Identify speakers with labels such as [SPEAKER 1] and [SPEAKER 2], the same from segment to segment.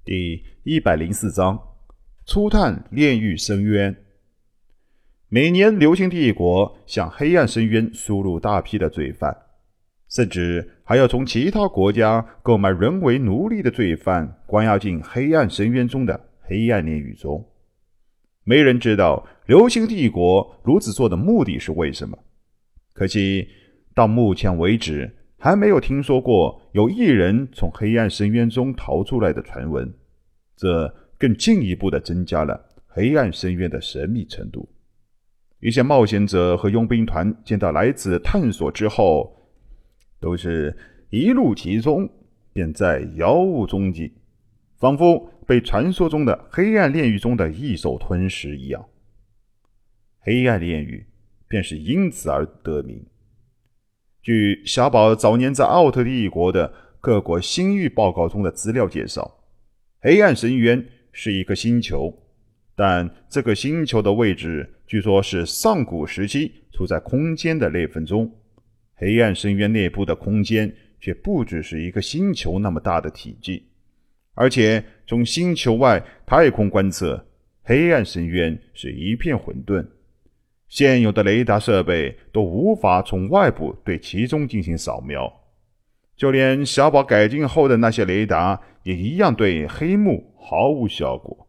[SPEAKER 1] 第104章初探炼狱深渊。每年流星帝国向黑暗深渊输入大批的罪犯，甚至还要从其他国家购买人为奴隶的罪犯关押进黑暗深渊中的黑暗炼狱中。没人知道流星帝国如此做的目的是为什么，可惜到目前为止还没有听说过有一人从黑暗深渊中逃出来的传闻，这更进一步地增加了黑暗深渊的神秘程度。一些冒险者和佣兵团见到来此探索之后，都是一入其中便在杳无踪迹，仿佛被传说中的黑暗炼狱中的异兽吞噬一样。黑暗炼狱便是因此而得名。据小宝早年在奥特帝国的各国星域报告中的资料介绍，黑暗深渊是一个星球，但这个星球的位置据说是上古时期处在空间的裂缝中，黑暗深渊内部的空间却不只是一个星球那么大的体积，而且从星球外太空观测，黑暗深渊是一片混沌，现有的雷达设备都无法从外部对其中进行扫描，就连小宝改进后的那些雷达也一样对黑幕毫无效果。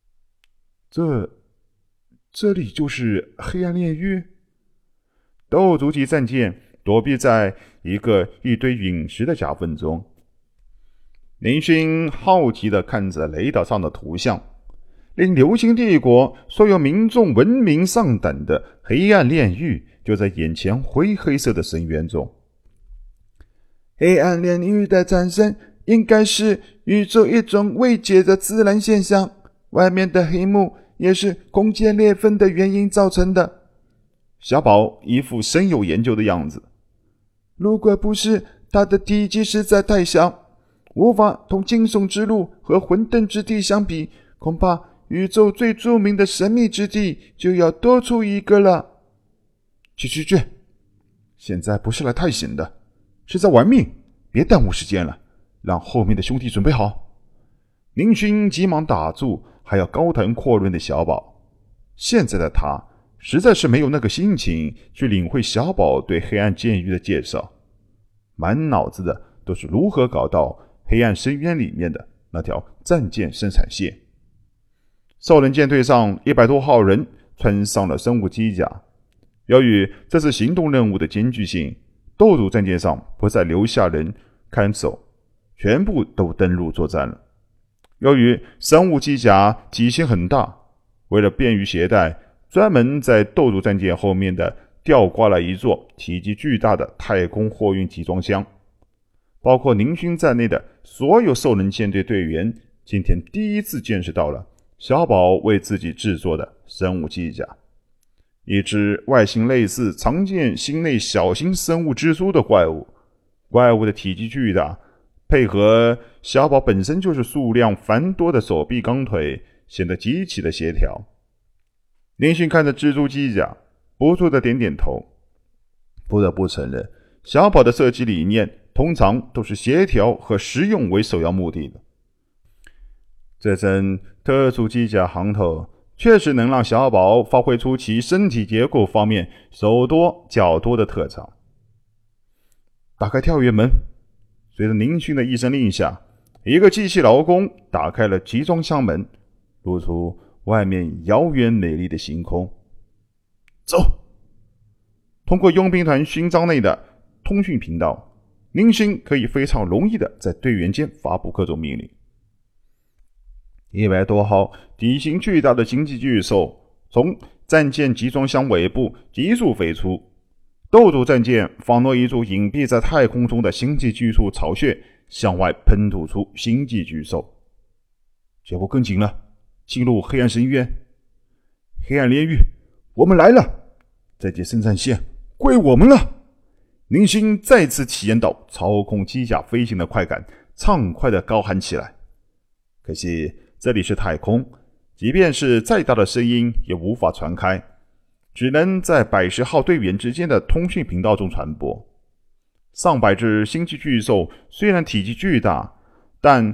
[SPEAKER 1] 这里就是黑暗炼狱？斗族级战舰躲避在一堆陨石的夹缝中。林勋好奇地看着雷达上的图像，令流星帝国所有民众闻名丧胆的黑暗炼狱就在眼前灰黑色的深渊中。
[SPEAKER 2] 黑暗炼狱的产生应该是宇宙一种未解的自然现象，外面的黑幕也是空间裂缝的原因造成的。
[SPEAKER 1] 小宝一副深有研究的样子。
[SPEAKER 2] 如果不是它的体积实在太小，无法同惊悚之路和混沌之地相比，恐怕宇宙最著名的神秘之地就要多出一个了。
[SPEAKER 1] 去，现在不是来探险的，是在玩命，别耽误时间了，让后面的兄弟准备好。林勋急忙打住还要高谈阔论的小宝，现在的他实在是没有那个心情去领会小宝对黑暗监狱的介绍，满脑子的都是如何搞到黑暗深渊里面的那条战舰生产线。兽人舰队上100多号人穿上了生物机甲，由于这次行动任务的艰巨性，斗主战舰上不再留下人看守，全部都登陆作战了。由于生物机甲体型很大，为了便于携带，专门在斗主战舰后面的吊挂了一座体积巨大的太空货运集装箱。包括林勋在内的所有兽人舰队队员今天第一次见识到了小宝为自己制作的生物机甲。一只外形类似常见星内小型生物蜘蛛的怪物，怪物的体积巨大，配合小宝本身就是数量繁多的手臂钢腿，显得极其的协调。林勋看着蜘蛛机甲，不住地点点头。不得不承认，小宝的设计理念通常都是协调和实用为首要目的的。这身特殊机甲行头确实能让小宝发挥出其身体结构方面手多脚多的特长。打开跳跃门，随着林勋的一声令下，一个机器劳工打开了集装箱门，露出外面遥远美丽的星空。走！通过佣兵团勋章内的通讯频道，林勋可以非常容易的在队员间发布各种命令。100多号体型巨大的星际巨兽从战舰集装箱尾部急速飞出，斗主战舰仿若一座隐蔽在太空中的星际巨兽巢穴，向外喷吐出星际巨兽。脚步更紧了，进入黑暗深渊。黑暗炼狱，我们来了！这节生产线归我们了！林勋再次体验到操控机甲飞行的快感，畅快地高喊起来。可惜这里是太空，即便是再大的声音也无法传开，只能在百十号队员之间的通讯频道中传播。上百只星际巨兽虽然体积巨大，但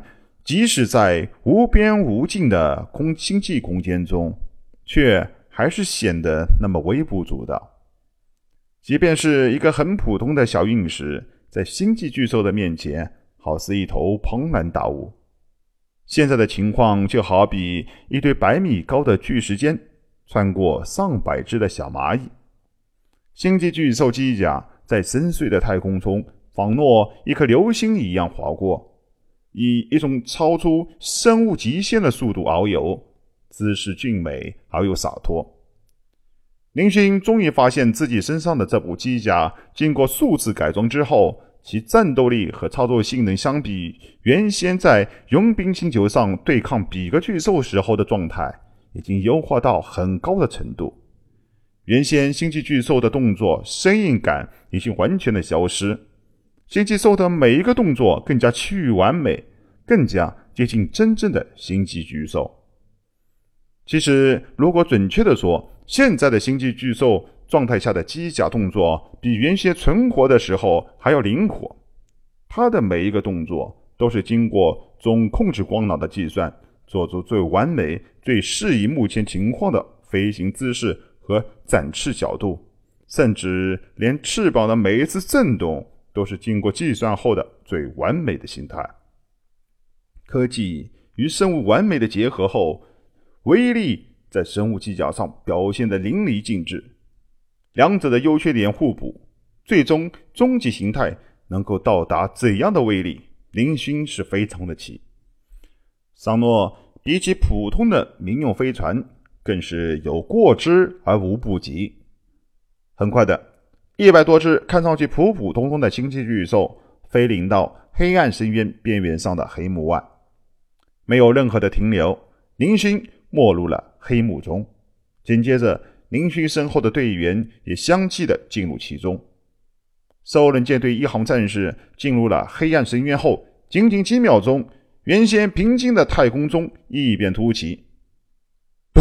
[SPEAKER 1] 即使在无边无尽的星际空间中，却还是显得那么微不足道。即便是一个很普通的小陨石，在星际巨兽的面前，好似一头庞然大物。现在的情况就好比一堆100米高的巨石间穿过上百只的小蚂蚁。星际巨兽机甲在深邃的太空中仿若一颗流星一样划过，以一种超出生物极限的速度遨游，姿势俊美而又洒脱。林勋终于发现自己身上的这部机甲经过数次改装之后，其战斗力和操作性能相比原先在佣兵星球上对抗比格巨兽时候的状态已经优化到很高的程度。原先星际巨兽的动作生硬感已经完全的消失，星际兽的每一个动作更加趋于完美，更加接近真正的星际巨兽。其实如果准确的说，现在的星际巨兽状态下的机甲动作比原先存活的时候还要灵活，它的每一个动作都是经过总控制光脑的计算，做出最完美、最适宜目前情况的飞行姿势和展翅角度，甚至连翅膀的每一次震动都是经过计算后的最完美的形态。科技与生物完美的结合后，威力在生物机甲上表现得淋漓尽致，两者的优缺点互补，最终终极形态能够到达怎样的威力，林勋是非常的奇。桑诺比起普通的民用飞船更是有过之而无不及。很快的，100多只看上去普普通通的星际巨兽飞临到黑暗深渊边缘上的黑幕外，没有任何的停留，林勋没入了黑幕中。紧接着，林勋身后的队员也相继的进入其中。兽人舰队一行战士进入了黑暗深渊后，仅仅几秒钟，原先平静的太空中异变突起。嘣！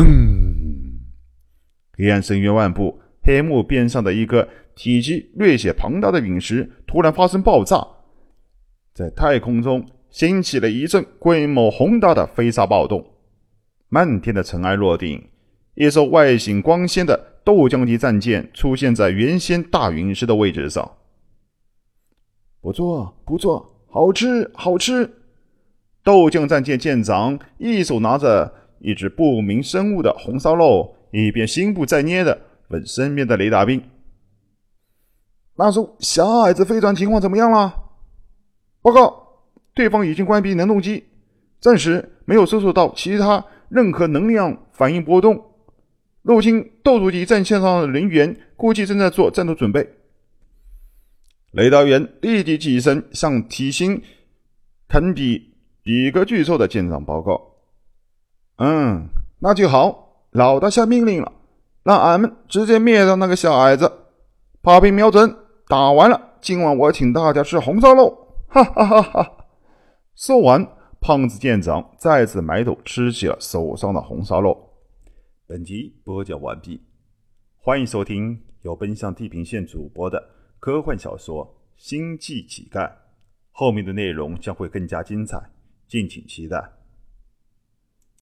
[SPEAKER 1] 黑暗深渊外部，黑幕边上的一个体积略显庞大的陨石突然发生爆炸，在太空中掀起了一阵规模宏大的飞沙暴动。漫天的尘埃落定，一艘外形光鲜的斗将级战舰出现在原先大陨石的位置上。
[SPEAKER 2] 不错，不错，好吃，好吃！
[SPEAKER 1] 斗将战舰舰长一手拿着一只不明生物的红烧肉，一边心不在焉地问身边的雷达兵：“
[SPEAKER 2] 大叔，小矮子飞船情况怎么样了？”
[SPEAKER 1] 报告，对方已经关闭能动机，暂时没有搜索到其他任何能量反应波动。入侵斗族级战线上的人员估计正在做战斗准备。雷达员立即起身向体型堪比比格巨兽的舰长报告：“
[SPEAKER 2] 那就好，老大下命令了，让俺们直接灭掉那个小矮子。炮兵瞄准，打完了，今晚我请大家吃红烧肉！”哈哈哈哈！
[SPEAKER 1] 说完，胖子舰长再次埋头吃起了手上的红烧肉。本集播讲完毕，欢迎收听由奔向地平线主播的科幻小说《星际乞丐》，后面的内容将会更加精彩，敬请期待。